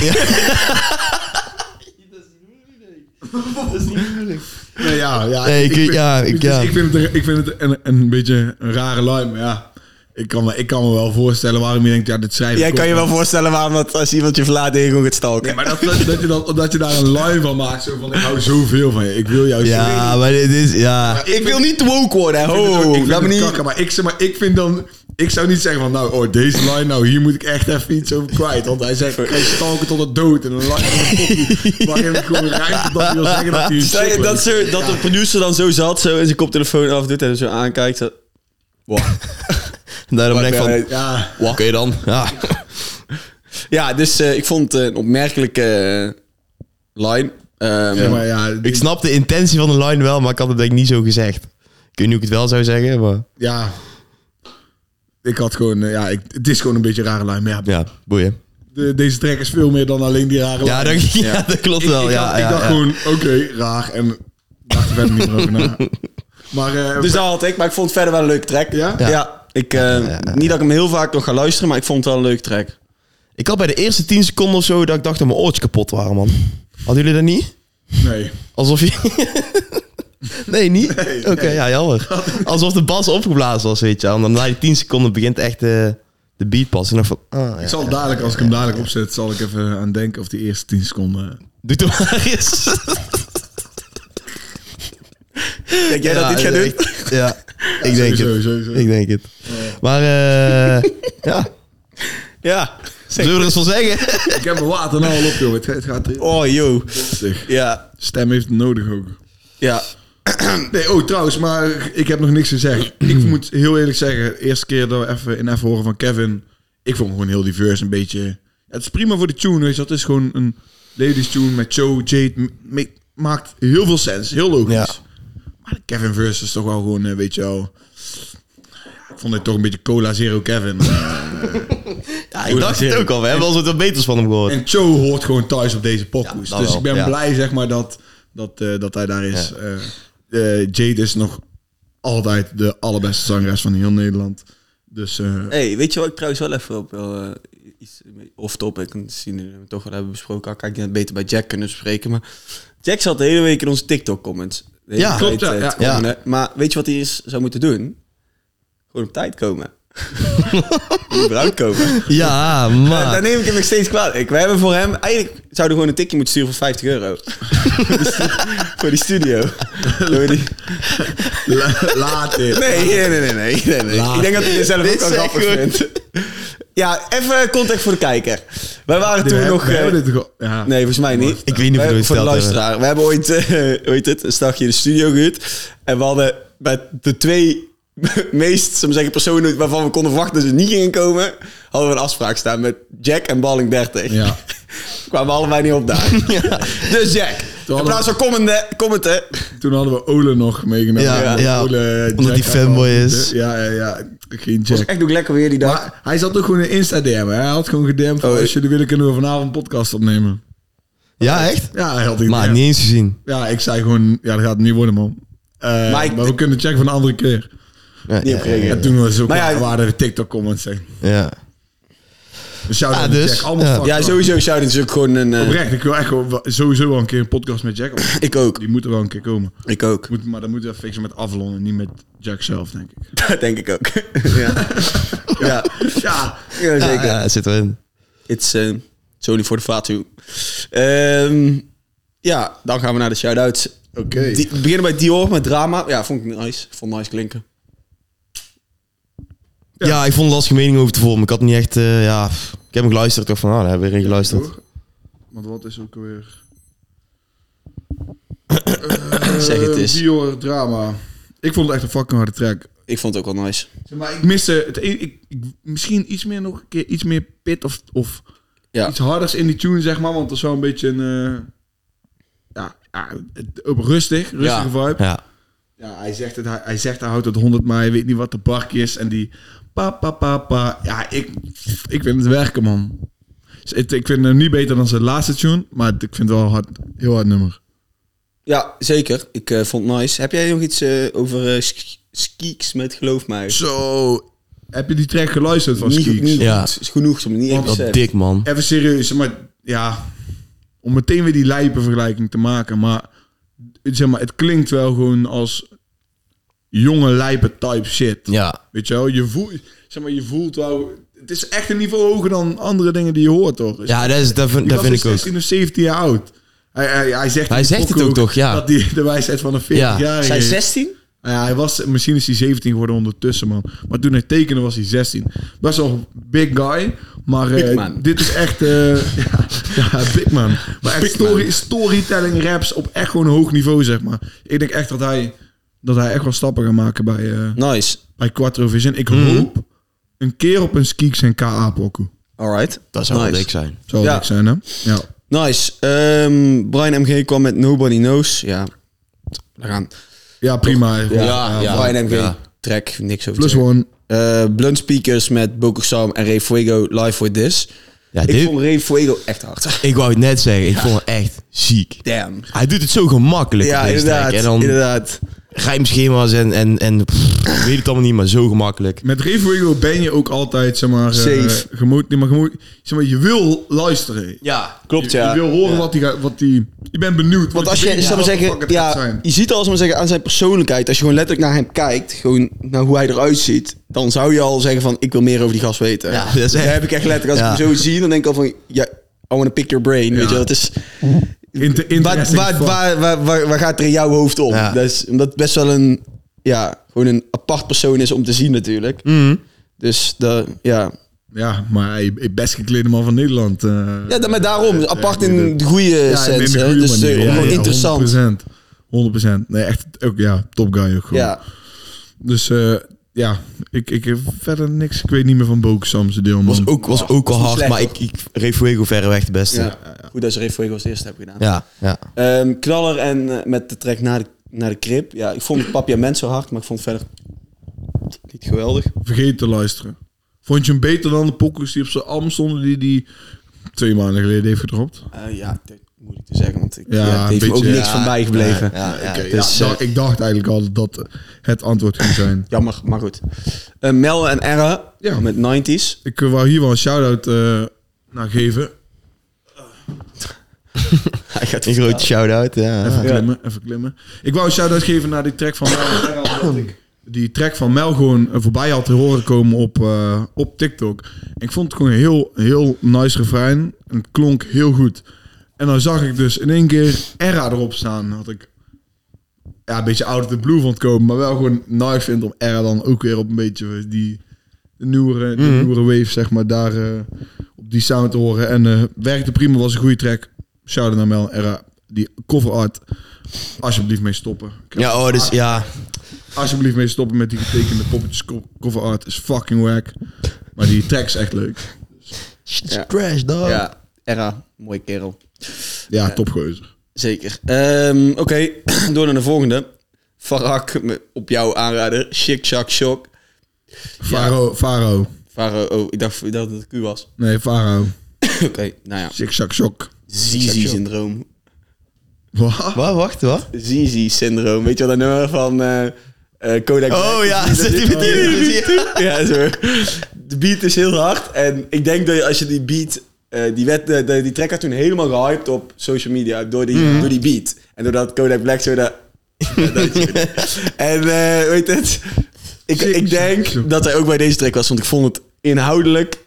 nee, ja, ja. Nee, ik- vind- ja, ik- dus ja. ik vind het, ik vind het een, een beetje een rare line, maar ja. Ik kan, me, ik kan me wel voorstellen waarom je denkt, ja, dit schrijf ik Jij op. kan je wel voorstellen waarom dat als iemand je verlaat, je gewoon gaat stalken. Nee, maar dat, dat, dat, je dan, dat je daar een line van maakt, zo van, ik hou zoveel van je. Ik wil jou zo. Ja, maar dit is... Ja. ik wil niet te woke worden, hè. Ik vind het ook- Ho, ik vind laat me het niet... kakken, maar ik, zeg maar ik vind dan... Ik zou niet zeggen van, nou, oh, deze line, nou, hier moet ik echt even iets over kwijt. Want hij zegt, ik ga je stalken tot het dood. En een line van een poppie, waarin het gewoon rijmt dat hij wil zeggen dat hij een Stel je chick dat, leuk. zo, dat de producer dan zo zat, zo in zijn koptelefoon afdoet en zo aankijkt. Zo. Wow. Daarom denk ik van... Ja, Oké dan. Ja. Ja, dus uh, ik vond het een opmerkelijke uh, line. Um, zeg maar, ja, Ik snap de intentie van de line wel, maar ik had het denk ik niet zo gezegd. Ik weet niet hoe ik het wel zou zeggen, maar... ja. Ik had gewoon, uh, ja, ik, het is gewoon een beetje een rare line. Maar ja, Ja, boeien. de, deze track is veel meer dan alleen die rare line. Ja, dat, ja, dat klopt ik, wel. ik, ja, had- ja, ik dacht ja. gewoon, oké, raar. En dacht er verder niet meer over na. Maar, uh, dus dat had ik, maar ik vond het verder wel een leuke track. Ja? Ja. ik, uh, niet dat ik hem heel vaak nog ga luisteren, maar ik vond het wel een leuke track. Ik had bij de eerste tien seconden of zo dat ik dacht dat mijn oortjes kapot waren, man. Hadden jullie dat niet? nee. Alsof je... nee, niet? Oké, ja, jammer. Alsof de bas opgeblazen was, weet je wel. En dan na die tien seconden begint echt de, de beat pas. En dan van... Ah, ja. Ik zal dadelijk, als ik hem dadelijk opzet, zal ik even aan denken of die eerste tien seconden... Doe het maar eens. Denk jij dat dit gaat doen? echt- Ja, ik denk Sowieso, het. sowieso. Ik denk het. Maar, eh ja. Ja. Zullen we er eens van zeggen? Ik heb mijn water nou al op, joh. Het, het gaat er... Oh, yo. Zeg. Ja. Stem heeft het nodig ook. Ja. Nee, oh, trouwens, maar ik heb nog niks gezegd. Ik moet heel eerlijk zeggen, de eerste keer dat we even in even horen van Kevin, ik vond hem gewoon heel divers, een beetje... Ja, het is prima voor de tune, weet je. Het is gewoon een ladies tune met Joe, Jade. m- ma- maakt heel veel sens, heel logisch. Ja. Maar de Kevin verse is toch wel gewoon, eh, weet je wel... Ik vond het toch een beetje Cola Zero Kevin. Ja, ik dacht het ook al. We hebben al wat beters van hem gehoord. En Joe hoort gewoon thuis op deze pokoes. Ja, dat dus wel, ik ben ja. blij, zeg maar, dat, dat, eh, dat hij daar is. Eh, eh, Jade is nog altijd de allerbeste zangeres van heel Nederland. Dus eh, Hey, weet je wat ik trouwens wel even op uh, iets off-topic, zien we het toch wel hebben besproken. Had ik net beter bij Jack kunnen bespreken. Maar Jack zat de hele week in onze TikTok-comments. De hele Ja, tijd, klopt, ja, eh, ja, te commenten. Maar weet je wat hij eens zou moeten doen? gewoon op tijd komen. Überhaupt komen. Ja, Uh, maar... daar neem ik hem nog steeds kwalijk. We hebben voor hem... Eigenlijk zouden we gewoon een tikje moeten sturen voor vijftig euro. Voor die studio. Voor die... La- laat dit. Nee, nee, nee, nee. nee, nee, nee. Ik denk dat hij het zelf Dit ook al is grappig echt vindt. Ja, even context voor de kijker. Wij waren We toen hebben- nog... we uh, hebben dit ge- ja. Nee, volgens mij niet. Ik weet niet of we Wij- het Voor de verteld luisteraar. We hebben ooit, uh, hoe heet het, een dagje in de studio gehuurd. En we hadden bij de twee meest, zullen we zeggen, personen waarvan we konden verwachten dat ze niet gingen komen, hadden we een afspraak staan met Jack en Balling dertig. Ja. Kwamen we allebei niet op daar. Dus Jack, in plaats van commenten, commenten. Toen hadden we Ole nog meegenomen. Ja, ja. Ole, Omdat Jack hij fanboy is. Ja, ja, ja. Geen Was Jack. echt ook lekker weer die dag. Maar hij zat ook gewoon in Insta-D M. Hij had gewoon gedm'd van, Oh, als jullie willen kunnen we vanavond een podcast opnemen. Ja, echt? Ja, hij had die Maar D M. niet eens gezien. Ja, ik zei gewoon, ja, dat gaat het niet worden, man. Uh, maar, Maar ik- we kunnen checken van een andere keer. Ja, Niet op gereageerd. En toen was ook Maar ja, waar, waren de TikTok-comments. Zeg. ja. Dus shout-out Ah, naar dus, Jack. Allemaal ja. fucked Ja, up. sowieso shout is ook gewoon een... uh, Oprecht, ik wil echt wel- sowieso wel een keer een podcast met Jack op. ik ook. Die moet er wel een keer komen. Ik ook. Moet, maar dan moeten we fixen met Avalon en niet met Jack zelf, denk ik. Dat denk ik ook. ja. ja. Ja, Ja, zeker. Ja, ja, zit erin. It's uh, it's only for the fatu. Um, ja, dan gaan we naar de shout-outs. oké. Die- We beginnen bij Dior met drama. Ja, vond ik nice. Vond nice klinken. Ja. ik vond een lastige mening over te vormen. Ik had niet echt... uh, ja, pff, ik heb hem geluisterd. Ik dacht van, nou, daar hebben we erin geluisterd. Want wat is ook alweer... Zeg het eens. Dior drama. Ik vond het echt een fucking harde track. Ik vond het ook wel nice. Zeg maar ik miste het, ik, ik, ik- misschien iets meer nog een keer iets meer pit of, of Ja. iets harders in die tune, zeg maar, want het is wel een beetje een uh, ja, ja het- op rustig, rustige Ja. vibe. Ja. Ja, hij zegt het, hij, hij zegt hij houdt het honderd, maar hij weet niet wat de bark is en die pa pa pa pa. Ja, ik ik vind het werken, man. Dus het, ik vind hem niet beter dan zijn laatste tune, maar ik vind het wel hard, heel hard nummer. Ja, zeker. Ik uh, vond het nice. Heb jij nog iets uh, over uh, sk- Skeeks met Geloof mij? Zo, heb je die track geluisterd van Niet, Skeeks? niet Ja. goed. Is genoeg. Zo, niet even Dat beseft. dik, man. Even serieus, zeg maar, ja, om meteen weer die lijpe vergelijking te maken, maar, zeg maar het klinkt wel gewoon als jonge lijpe type shit. Ja. Weet je wel, je voelt, zeg maar, je voelt wel, het is echt een niveau hoger dan andere dingen die je hoort, toch? Dus Ja, dat, is, dat, vind, die dat gast vind is ik ook. zestien of zeventien jaar oud. Hij, hij, hij zegt, Hij in die zegt het pokoe ook toch, ja. Dat hij de wijsheid van een veertig jaar Zijn zestien? Ja, hij was, misschien is hij zeventien geworden ondertussen, man. Maar toen hij tekende was hij zestien. Best wel een big guy. Maar Big eh, man. dit is echt... eh, ja, ja, big man. Maar echt story, storytelling raps op echt gewoon een hoog niveau, zeg maar. Ik denk echt dat hij, dat hij echt wel stappen gaat maken bij, eh Nice. bij Quattro Vision. Ik Mhm. hoop een keer op een Skeeks en K A-pokoe. Alright. Dat zou wel nice. dik zijn. Zou Ja. ja. zijn, hè? Ja. Nice. Um, Brian M G kwam met Nobody Knows. Ja. We gaan. Ja, prima. Ja, Ja, ja. Brian M G. Ja. Track. Niks over Plus te zeggen. one. Uh, Blunt Speakers met Boko Sam en Ray Fuego Live With This. Ja, Ik dit, vond Ray Fuego echt hard. ik wou het net zeggen. Ik vond het echt ziek. Damn. Hij doet het zo gemakkelijk Ja, op deze inderdaad. track. En dan Inderdaad. rijmschema's en... en, en pff, ik weet het allemaal niet, maar zo gemakkelijk. Met Refuego ben je ook altijd, zeg maar... eh, Safe. je moet, nee, maar je moet, zeg maar, je wil luisteren. Ja, klopt Je, ja. je wil horen wat die gaat, wat die. Je bent benieuwd. Want als je, weet zal niet maar wat de fuck zeggen, het gaat ja, zijn. je ziet al, zal maar zeggen, aan zijn persoonlijkheid, als je gewoon letterlijk naar hem kijkt, gewoon naar hoe hij eruit ziet, dan zou je al zeggen van, ik wil meer over die gast weten. Ja, dat is Dat echt- heb ik echt letterlijk, als Ja. ik hem zo zie, dan denk ik al van, ja, I wanna pick your brain, weet je wel. Het is, Inter- waar, interesting waar, fuck. waar, waar, waar, waar gaat er in jouw hoofd om? Ja. Dat is, omdat het best wel een, ja, gewoon een apart persoon is om te zien natuurlijk. Mhm. Dus, de, ja. Ja, maar hij hij best geklede man van Nederland. eh. Ja, maar daarom, apart Ja, in de goede Ja, in sens, de hè. goede Dus manier. eh, Ja, gewoon ja, interessant. honderd procent. honderd procent. Nee, echt ook, ja, top guy ook gewoon. Ja, Dus eh, ja, ik, ik heb verder niks. Ik weet niet meer van Boko Sam's deel, man. Was ook, was ook wel niet hard, slecht, maar hoor. ik, ik Refuego verreweg de beste. ja. Goed dat ze Ray Fuego als eerste hebben gedaan. Ja, ja. Ehm, knaller en eh, met de track naar de, naar de crib. Ja, ik vond Papi en Mens zo hard, maar ik vond het verder niet geweldig. Vergeet te luisteren. Vond je hem beter dan de pokkers die op zijn album stonden die die twee maanden geleden heeft gedropt? Uh, ja, dat moet ik te zeggen, want ik, Ja, ja, het heeft een me ook beetje, niks ja, van bijgebleven. Ja, ja, Oké, dus, ja, eh, dacht- ik dacht eigenlijk al dat dat het antwoord ging zijn. Jammer, maar goed. Eh, Mel en Era Ja. met nineties. Ik eh, wou hier wel een shout-out eh naar geven. Hij gaat Een grote shout-out. Ja. Even Ja. klimmen, even klimmen. Ik wou een shout-out geven naar die track van Mel en Era, omdat ik die track van Mel gewoon voorbij had horen komen op, uh, op TikTok. En ik vond het gewoon een heel, heel nice refrein. En het klonk heel goed. En dan zag ik dus in één keer Era erop staan. Had ik ja, een beetje out of the blue vond komen. Maar wel gewoon nice vind om Era dan ook weer op een beetje die de nieuwere, de Mm. nieuwere wave, zeg maar, daar uh, op die sound te horen. En uh, werkte prima, was een goede track. Shout-out naar Mel en Era. Die cover art, alsjeblieft mee stoppen. Ja, oh, dus ja. Alsjeblieft mee stoppen met die getekende poppetjes cover art. Is fucking wack. Maar die track is echt leuk. Shit's Ja. trash, dog. Ja, Era, mooie kerel. Ja, topgozer. Zeker. Um, Oké, okay. Door naar de volgende. Farak, op jouw aanrader. Chic, Chak, Shock. Faro, Faro. Faro, oh, ik dacht, ik dacht dat het Q was. Nee, Faro. Oké, okay, nou ja. Chic, Chak, Shock. Zizi-syndroom. Wat? Wat? Wacht, wat? Zizi-syndroom. Weet je wel, dat nummer van uh, uh, Kodak Oh Black? ja, zit die met die... Ja, zo. De beat is heel hard. En ik denk dat je, als je die beat... Uh, die, werd, uh, die, die track had toen helemaal gehyped op social media. Door die, mm. door die beat. En doordat Kodak Black zo dat... Ja, dat en uh, weet het... Ik, ik denk dat hij ook bij deze track was. Want ik vond het inhoudelijk...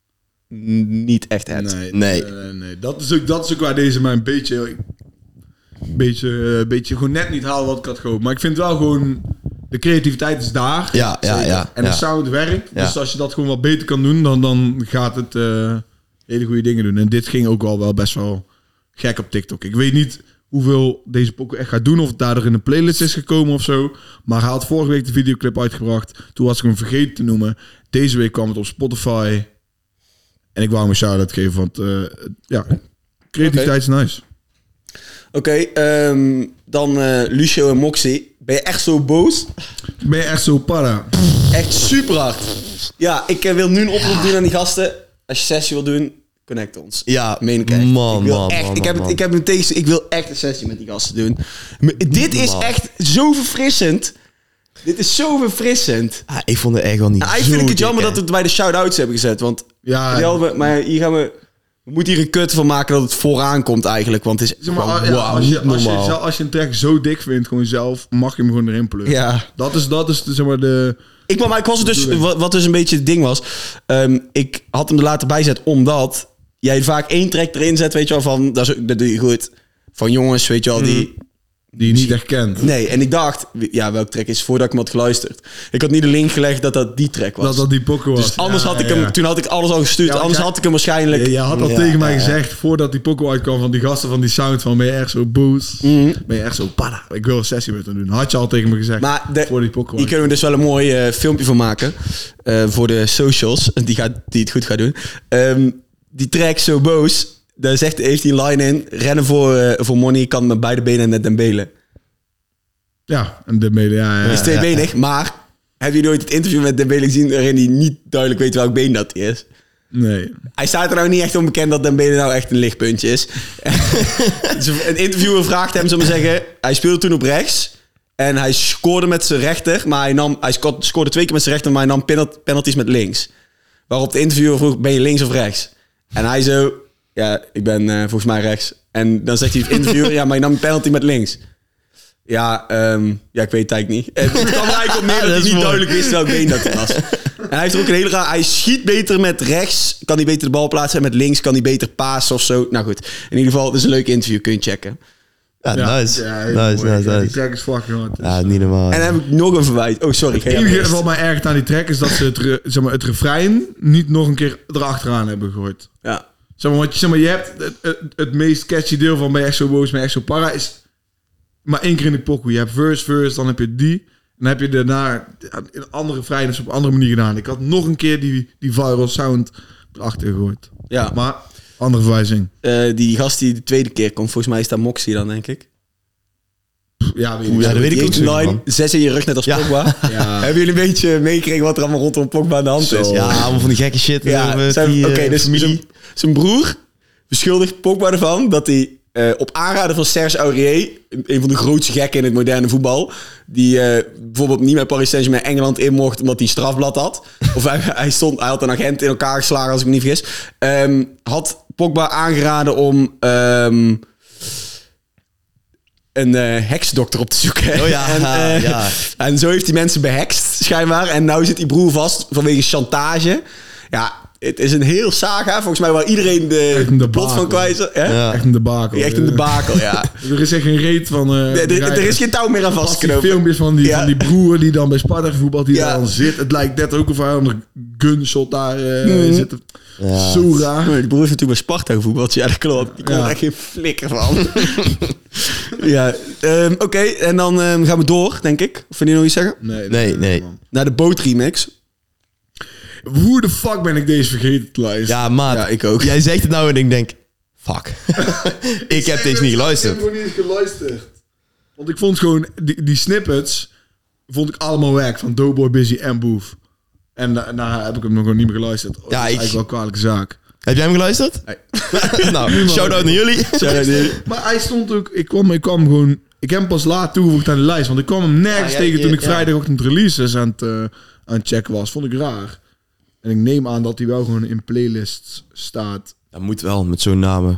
niet echt het. Nee, Nee. nee, nee, nee. Dat, is ook, dat is ook waar deze mij een beetje... Een beetje, uh, beetje gewoon net niet haal wat ik had gehoopt. Maar ik vind wel gewoon... De creativiteit is daar. Ja, ja, ja. En de ja. sound werkt. Ja. Dus als je dat gewoon wat beter kan doen... dan, dan gaat het uh, hele goede dingen doen. En dit ging ook al wel best wel gek op TikTok. Ik weet niet hoeveel deze pokoe echt gaat doen... of het daardoor in een playlist is gekomen of zo. Maar hij had vorige week de videoclip uitgebracht. Toen was ik hem vergeten te noemen. Deze week kwam het op Spotify... En ik wou hem een shout-out geven, want uh, ja, creativiteit is nice. Oké, okay, um, dan uh, Lucio en Moxie. Ben je echt zo boos? Ben je echt zo para? Echt super hard. Ja, ik uh, wil nu een oproep doen aan die gasten. Als je sessie wil doen, connect ons. Ja, meen ik echt. man, ik wil man, echt, man, ik heb man. het, ik heb een tegen, ik wil echt een sessie met die gasten doen. Maar dit is Man. echt zo verfrissend. Dit is zo verfrissend. Ah, ik vond het echt wel niet Eigenlijk zo vind ik het dik, jammer hè. dat we het bij de shout-outs hebben gezet. Want Ja, die hadden we- maar hier gaan we... We moeten hier een kut van maken dat het vooraan komt eigenlijk. Want het is zeg maar, gewoon, ja, wow, als, je, niet als, je, normaal. zelf- als je een track zo dik vindt, gewoon zelf, mag je hem gewoon erin pluggen. Ja. Dat is, dat is de, zeg maar de... Ik, maar ik was het dus, wat, wat dus een beetje het ding was. Um, ik had hem er later bij gezet, omdat jij vaak één track erin zet, weet je wel, van, dat, is, dat doe je goed. Van jongens, weet je wel, die... Die je niet echt kent. Nee, en ik dacht, ja, welke track is voordat ik hem had geluisterd. Ik had niet de link gelegd dat dat die track was. Dat dat die pokoe was. Dus anders Ja, had ik ja, hem, ja. toen had ik alles al gestuurd. Ja, want anders jij- had ik hem waarschijnlijk... Je, je had al Ja, tegen mij ja, ja. gezegd, voordat die pokoe uitkwam van die gasten van die sound van ben je echt zo boos? Mhm. Ben je echt zo para? Ik wil een sessie met hem doen. Had je al tegen me gezegd. Maar de, voor die pokoe hier kunnen we dus wel een mooi uh, filmpje van maken. Uh, voor de socials, die, gaat, die het goed gaat doen. Um, die track Zo Boos, daar zegt, heeft hij een line in. Rennen voor, uh, voor money kan met beide benen net Dembele. Ja, en de mede, ja, ja. Hij is tweebenig, maar heb je nooit het interview met Dembele gezien waarin hij niet duidelijk weet welk been dat hij is? Nee. Hij staat er nou niet echt onbekend dat Dembele nou echt een lichtpuntje is. Dus een interviewer vraagt hem, zullen we zeggen, hij speelde toen op rechts en hij scoorde met zijn rechter, maar hij, nam, hij sco- scoorde twee keer met zijn rechter, maar hij nam penalt- penalties met links. Waarop de interviewer vroeg, ben je links of rechts? En hij zo, ja, ik ben uh, volgens mij rechts. En dan zegt hij het interviewer, ja, maar je nam een penalty met links. Ja, um, ja, ik weet het eigenlijk niet. En het kwam er eigenlijk op neer dat Dat hij is niet mooi. duidelijk wist welk been dat het was. En hij heeft er ook een hele raar... Hij schiet beter met rechts, kan hij beter de bal plaatsen. En met links kan hij beter pasen of zo. Nou goed, in ieder geval, het is een leuk interview, kun je checken. Ja, nice. Ja, heel nice, mooi. nice, Ja, die nice. track is fucking hard. dus. Ja, niet normaal. En dan heb ik nog een verwijt. Oh, sorry. Het Ga jij enige eerst. wat mij ergert aan die track is dat ze het, re- zeg maar, het refrein niet nog een keer erachteraan hebben gegooid. Ja. Zeg maar, want je, zeg maar, je hebt het, het, het meest catchy deel van ben je echt zo boos, ben je echt zo para, is maar één keer in de pokoe. Je hebt verse, verse, dan heb je die. En dan heb je daarna een andere refrein is op een andere manier gedaan. Ik had nog een keer die, die viral sound erachter gegooid. Ja. Maar, andere verwijzing. Uh, die gast die de tweede keer komt, volgens mij is dat Moxie dan, denk ik. Pff, Ja, weet je. Ja, dat weet ik Die ook heeft een zo, line, man. zes in je rug net als Ja. Pogba. Ja. Hebben jullie een beetje meegekregen wat er allemaal rondom Pogba aan de hand is? Zo. Ja, allemaal van die gekke shit. Ja, over zijn- die, oké, eh, dus familie. zijn, zijn broer beschuldigt Pogba ervan dat hij uh, op aanraden van Serge Aurier, een van de grootste gekken in het moderne voetbal, die uh, bijvoorbeeld niet met Paris Saint-Germain Engeland in mocht omdat hij een strafblad had. Of hij, hij, stond, hij had een agent in elkaar geslagen, als ik me niet vergis. Um, had Pogba aangeraden om... Um, een uh, heksdokter op te zoeken. Oh ja, en, uh, ja. En zo heeft hij mensen behekst, schijnbaar. En nou zit die broer vast vanwege chantage. Ja, het is een heel saga. Volgens mij waar iedereen de, de plot van kwijt is. Ja. Echt een debakel. Echt een debakel, ja. Er is echt geen reet van... Uh, er, er, er is geen touw meer aan die vastknopen. filmpjes van die, Ja. van die broer die dan bij Sparta voetbalt, die Ja. daar dan zit. Het lijkt net ook of hij onder gunshot daar uh, Mhm. zit. Ja. Zo raar. Oh, die broer is natuurlijk bij Sparta gevoetbald. Ja, dat klopt. Die kon Ja. er echt geen flikker van. ja, um, oké. Okay, en dan um, gaan we door, denk ik. Of wil je nog iets zeggen? Nee, Nee, nee. man. Naar de boot remix. Hoe de fuck ben ik deze vergeten te luisteren? Ja, maat. Ja, ik ook. Jij zegt het nou en ik denk... Fuck. ik heb deze niet geluisterd. Ik heb gewoon niet eens geluisterd. Want ik vond gewoon... Die, die snippets vond ik allemaal werk. Van Doughboy, Busy en Boef. En daarna heb ik hem nog gewoon niet meer geluisterd. Oh, Ja, dat is ik- eigenlijk wel een kwalijke zaak. Heb jij hem geluisterd? Nee. nou, shout-out naar jullie. Maar hij stond ook... Ik kwam, ik kwam gewoon... Ik heb hem pas laat toegevoegd aan de lijst. Want ik kwam hem nergens Ja, ja, tegen ja, toen ik ja. vrijdagochtend releases aan het, uh, aan het checken was. Vond ik raar. En ik neem aan dat hij wel gewoon in playlists staat. Dat moet wel, met zo'n namen.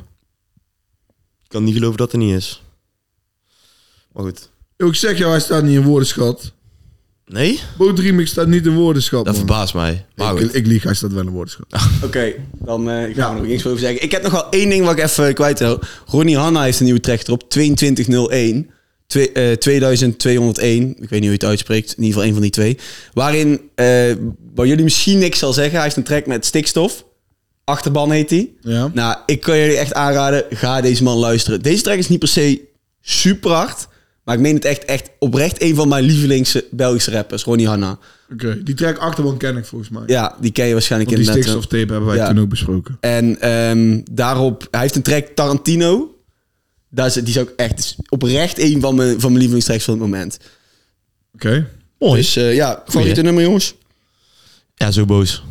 Ik kan niet geloven dat er niet is. Maar goed. Ik zeg jou, hij staat niet in woordenschat. Nee? Boot Remix staat niet in woordenschat, Dat man. verbaast mij. Maar Ik, goed. ik lieg, hij staat wel in woordenschat. Oké, okay, dan uh, gaan we nog niks over zeggen. Ik heb nog wel één ding wat ik even kwijt wil. Ronnie Hanna heeft een nieuwe track erop. tweeëntwintig nul één. Twee, uh, tweeduizend tweehonderdéén. Ik weet niet hoe je het uitspreekt. In ieder geval één van die twee. Waarin, uh, waar jullie misschien niks zal zeggen. Hij heeft een track met Stikstof. Achterban heet hij. Ja. Nou, ik kan jullie echt aanraden. Ga deze man luisteren. Deze track is niet per se super hard. Maar ik meen het echt, echt oprecht een van mijn lievelings Belgische rappers. Ronnie Hanna. Oké, okay. Die track Achterban ken ik volgens mij. Ja, die ken je waarschijnlijk Want die inderdaad. stikstoftape hebben wij Ja. toen ook besproken. En um, daarop, hij heeft een track Tarantino. Dat is, die is ook echt oprecht een van mijn, van mijn lievelingstracks van het moment. Oké. Okay. Mooi. Dus uh, ja, favoriete nummer, jongens? Ja, zo boos.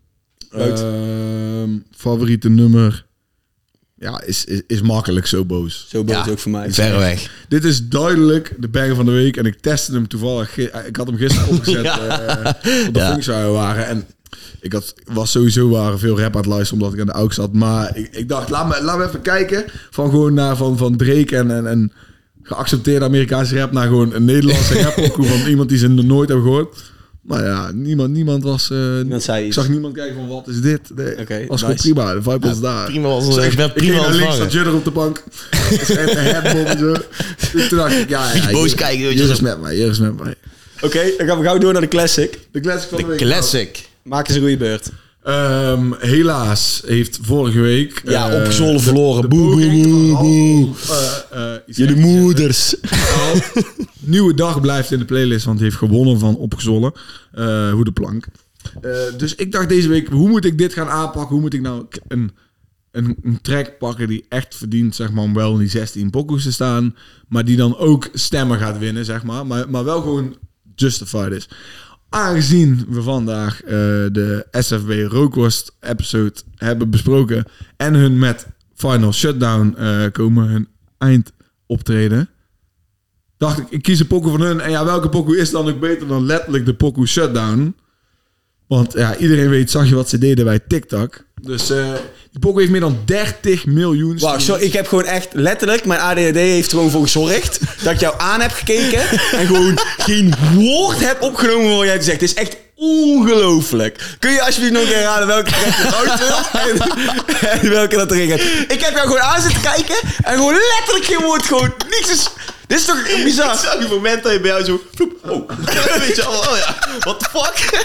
Uh, favoriete nummer? Ja, is, is, is makkelijk Zo Boos. Zo boos Ja, ook voor mij. Verre weg. Dit is duidelijk de banger van de week. En ik testte hem toevallig. Ik had hem gisteren opgezet. Ja. uh, op de Ja. functie waar we waren. En ik had, was sowieso waren veel rap aan het luisteren omdat ik aan de A U X zat. Maar ik, ik dacht, laat me, laat me even kijken. Van gewoon naar van, van Drake en, en, en geaccepteerde Amerikaanse rap naar gewoon een Nederlandse rap. Ook van iemand die ze nog nooit hebben gehoord. Maar ja, niemand, niemand was... Uh, Niemand zei ik iets. zag niemand kijken van wat is dit? Nee, Oké, was nice. gewoon prima. De vibe was daar. Prima was Dus uh, ik, werd ik prima ging naar links, ontvangen. zat Judder op de bank. Dat is echt een headbomb en zo. Dus toen dacht ik, ja, ja. Beetje boos hier- kijken, weet je Hier zo. is met mij, hier is met mij. Oké, okay, dan gaan we gauw door naar de classic. De classic van de, De week. classic. Maak eens een goede beurt. Um, helaas heeft vorige week... Ja, uh, opgezwollen verloren. de Boe, boe, poging boe, van boe. Ralf, uh, uh, iets Jullie recht te moeders. zetten. Nieuwe dag blijft in de playlist, want hij heeft gewonnen van Opgezwollen. Uh, hoe de plank. Uh, dus ik dacht deze week, hoe moet ik dit gaan aanpakken? Hoe moet ik nou een, een, een track pakken die echt verdient, zeg maar, om wel in die zestien pokoes te staan, maar die dan ook stemmen gaat winnen, zeg maar. Maar, maar wel gewoon justified is. Aangezien we vandaag uh, de S F B Rookworst episode hebben besproken en hun met Final Shutdown uh, komen, hun eindoptreden, dacht ik, ik kies een pokoe van hun. En ja, welke pokoe is dan ook beter dan letterlijk de pokoe Shutdown? Want ja, iedereen weet, zag je wat ze deden bij TikTok. Dus uh, die pokoe heeft meer dan dertig miljoen. Wauw, sorry, ik heb gewoon echt letterlijk, mijn A D H D heeft er gewoon voor gezorgd dat ik jou aan heb gekeken en gewoon geen woord heb opgenomen van wat jij zegt. Het is echt ongelooflijk. Kun je alsjeblieft nog een keer herhalen welke track je eruit wil en, en welke dat erin gaat? Ik heb jou gewoon aan zitten kijken en gewoon letterlijk geen woord, gewoon niks is... Dit is toch bizar? Ik zag die moment dat je bij jou zo... Oh. Weet je al, oh ja. What the fuck?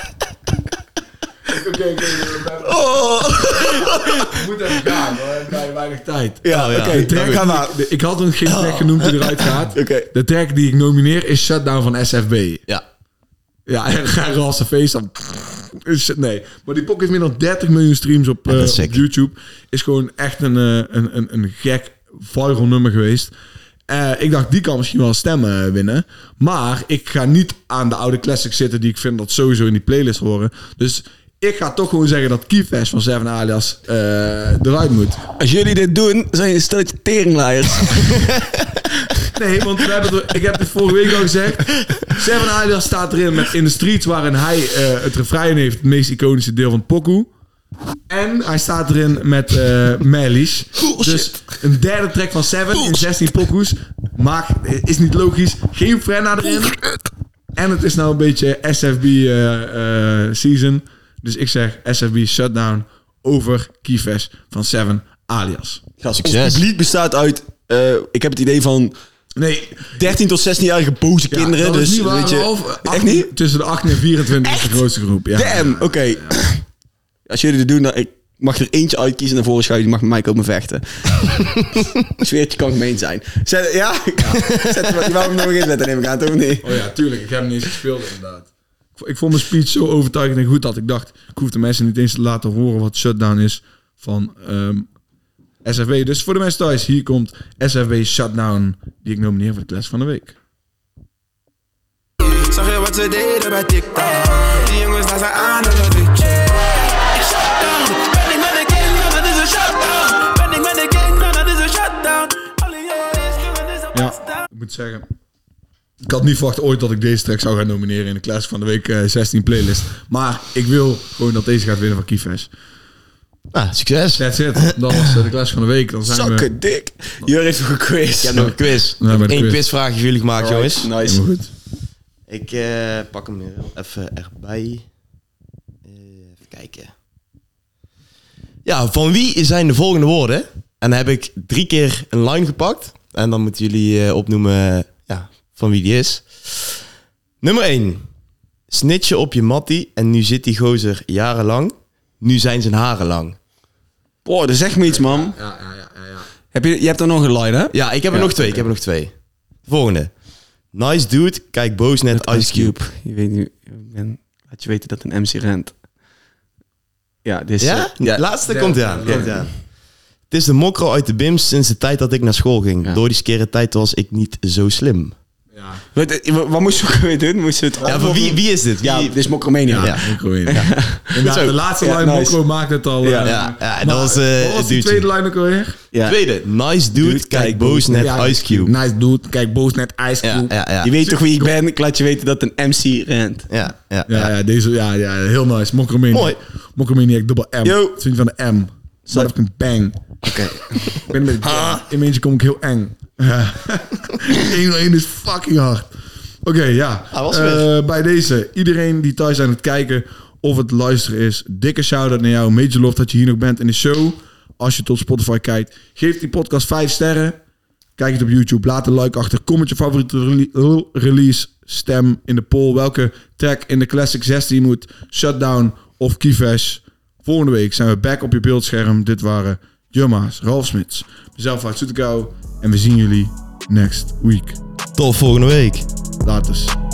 Oké, oké. Oh. We moeten even gaan, hoor. We hebben weinig tijd. Ja, Oh, ja. oké, okay, ga maar. Ik, ik had nog geen track genoemd die eruit gaat. Oké. De track die ik nomineer is Shutdown van S F B. Ja. Ja, en ga Ralse feest dan. Nee, maar die pok heeft meer dan dertig miljoen streams op, Ja, dat is uh, sick. op YouTube. Is gewoon echt een, uh, een, een, een gek viral nummer geweest. Uh, ik dacht, die kan misschien wel stemmen winnen. Maar ik ga niet aan de oude classics zitten die ik vind dat sowieso in die playlist horen. Dus ik ga toch gewoon zeggen dat Keyfest van Seven Alias uh, eruit moet. Als jullie dit doen, zijn je een stelletje teringlaaiers. Nee, want we hebben er, ik heb het vorige week al gezegd. Seven Alias staat erin met In the Streets, waarin hij uh, het refrein heeft, het meest iconische deel van het pokoe. En hij staat erin met uh, Melis. Dus een derde track van Seven in zestien pokoes. Maak, is niet logisch. Geen Frenna erin. En het is nou een beetje S F B uh, uh, season. Dus ik zeg S F B Shutdown over Keyfesh van Seven alias. Gast, Succes. ons publiek bestaat uit... Uh, ik heb het idee van... Nee, dertien tot zestien-jarige boze ja, kinderen. dat is Dus niet waar, weet je... Ralf. Echt Acht- niet? Tussen de achttien en vierentwintig is de grootste groep. Ja. Damn, oké. Okay. Als jullie dit doen, dan ik mag er eentje uitkiezen naar voren schuiven. Die mag met mij komen vechten. Zweertje kan gemeen zijn. Zet, ja? ja. Zet, je wou hem nog eens zetten, neem ik aan, toch niet? Oh ja, tuurlijk. Ik heb hem niet eens gespeeld inderdaad. Ik, ik vond mijn speech zo overtuigend en goed dat ik dacht... ik hoef de mensen niet eens te laten horen wat Shutdown is van um, S F W. Dus voor de mensen thuis, hier komt S F W Shutdown... die ik nomineer voor de class van de week. Zag je wat ze deden bij TikTok? Die jongens daar zijn aan en dat ik check. Ik shutdown. Ben ik met de king, dan het is een shutdown. Ben ik met de king, dan het is een shutdown. Alle jongens, dan is een Ja, ik moet zeggen... ik had niet verwacht ooit dat ik deze track zou gaan nomineren... in de class van de week uh, zestien playlist. Maar ik wil gewoon dat deze gaat winnen van Keyfesh. Ah, succes. That's it. Dat was uh, de class van de week. Dan zijn we... Zakken dik. Jur heeft nog een quiz. Ik heb nog een quiz. Ja, Ik met heb de één quiz. quizvraag voor jullie gemaakt, jongens. Nice. Helemaal goed. Ik uh, pak hem er even erbij. Uh, even kijken. Ja, van wie zijn de volgende woorden? En dan heb ik drie keer een line gepakt. En dan moeten jullie uh, opnoemen uh, ja, van wie die is. Nummer één. Snitje op je mattie en nu zit die gozer jarenlang. Nu zijn zijn haren lang. Boah, dat zegt me iets, man. Ja, ja, ja, ja, ja. Heb je, je hebt er nog een line, hè? Ja, ik heb er Ja, nog twee. Ik heb er nog twee. Volgende. Nice dude, kijk boos net Ice Cube. Je weet nu... ik ben- Laat je weten dat een M C rent. Ja, dit is... Ja? eh, ja. Laatste Ja. komt aan. Ja. Komt aan. Het is de mokro uit de bims sinds de tijd dat ik naar school ging. Ja. Door die skere tijd was ik niet zo slim. Ja, Wat, wat, wat moesten we ook weer doen? Moesten we het Ja, voor wie, wie is dit? Wie? Ja, dit is Mokromania. Ja. Mokro in. Inderdaad, Zo. de laatste Ja, line nice. Mokro maakt het al. Ja. uh, Ja, ja, maar dat was, uh, wat het was die duwtje. tweede line ook alweer? Ja. Tweede. Nice dude, Dude, kijk kijk boos net Ja, Ice Cube. Nice dude, kijk boos net Ice Ja, Cube. ja, ja. Je weet toch wie ik ben? Ik laat je weten dat een M C rent. Ja, ja, Ja, ja. ja, deze, ja, ja, heel nice. Mokromaniac. Mooi. Mokromaniac, dubbel M. Yo. Vriend van de M. Zat ik een bang. Oké. Ik ben met in mijn eentje kom ik heel eng. Ja. één op één is fucking hard. Oké, ja. Ah, was Eh, weer. bij deze, iedereen die thuis aan het kijken of het luisteren is, dikke shout-out naar jou. Major love dat je hier nog bent in de show. Als je tot Spotify kijkt, geef die podcast vijf sterren. Kijk het op YouTube, laat een like achter. Kom met je favoriete rele- release. Stem in de poll welke track in de Classic zestien moet. Shutdown of Keyfesh. Volgende week zijn we back op je beeldscherm. Dit waren Jumma's, Ralf Smits, mezelf uit Zoetekouw. En we zien jullie next week. Tot volgende week. Laters.